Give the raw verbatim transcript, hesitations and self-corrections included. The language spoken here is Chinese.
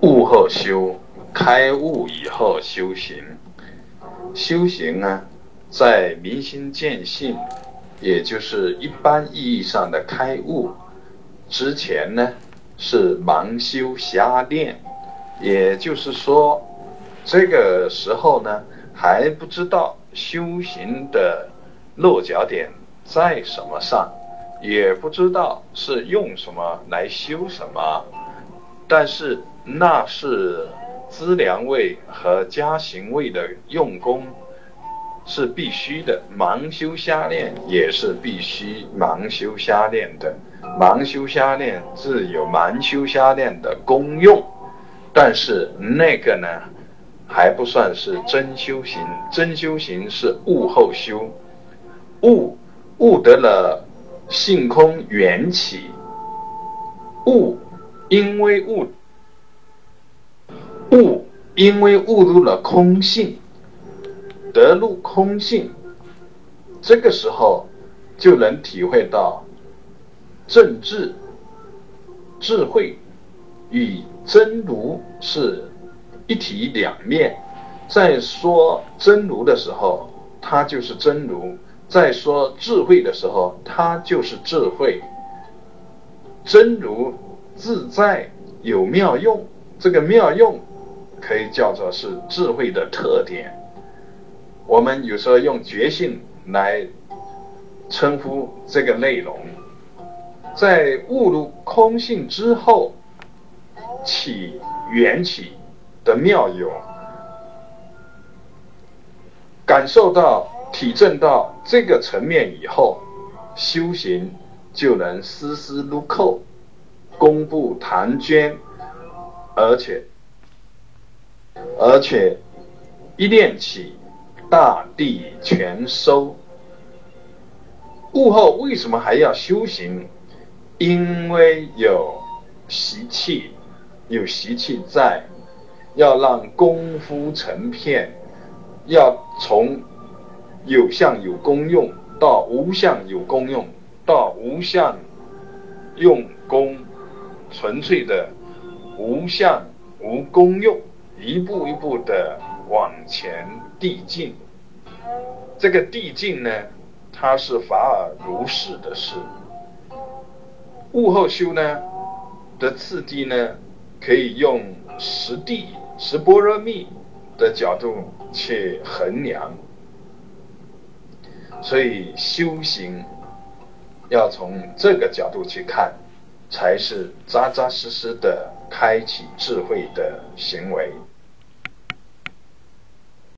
悟后修，开悟以后修行。修行呢，在明心见性，也就是一般意义上的开悟之前呢，是盲修瞎练。也就是说，这个时候呢，还不知道修行的落脚点在什么上，也不知道是用什么来修什么，但是那是资粮位和加行位的用功是必须的，盲修瞎练也是必须盲修瞎练的。盲修瞎练自有盲修瞎练的功用，但是那个呢还不算是真修行。真修行是悟后修，悟悟得了性空缘起，悟因为悟悟因为悟入了空性，得入空性，这个时候就能体会到正智智慧与真如是一体两面。在说真如的时候，它就是真如；在说智慧的时候，它就是智慧。真如自在有妙用，这个妙用可以叫做是智慧的特点。我们有时候用觉性来称呼这个内容。在悟入空性之后起缘起的妙有，感受到体证到这个层面以后，修行就能丝丝入扣，功不唐捐，而且而且一念起，大地全收。悟后为什么还要修行？因为有习气，有习气在，要让功夫成片，要从有相有功用到无相有功用，到无相用功，纯粹的无相无功用，一步一步的往前递进。这个递进呢，它是法尔如是的事。悟后修呢的次第呢，可以用十地十般若蜜的角度去衡量。所以修行要从这个角度去看，才是扎扎实实的开启智慧的行为。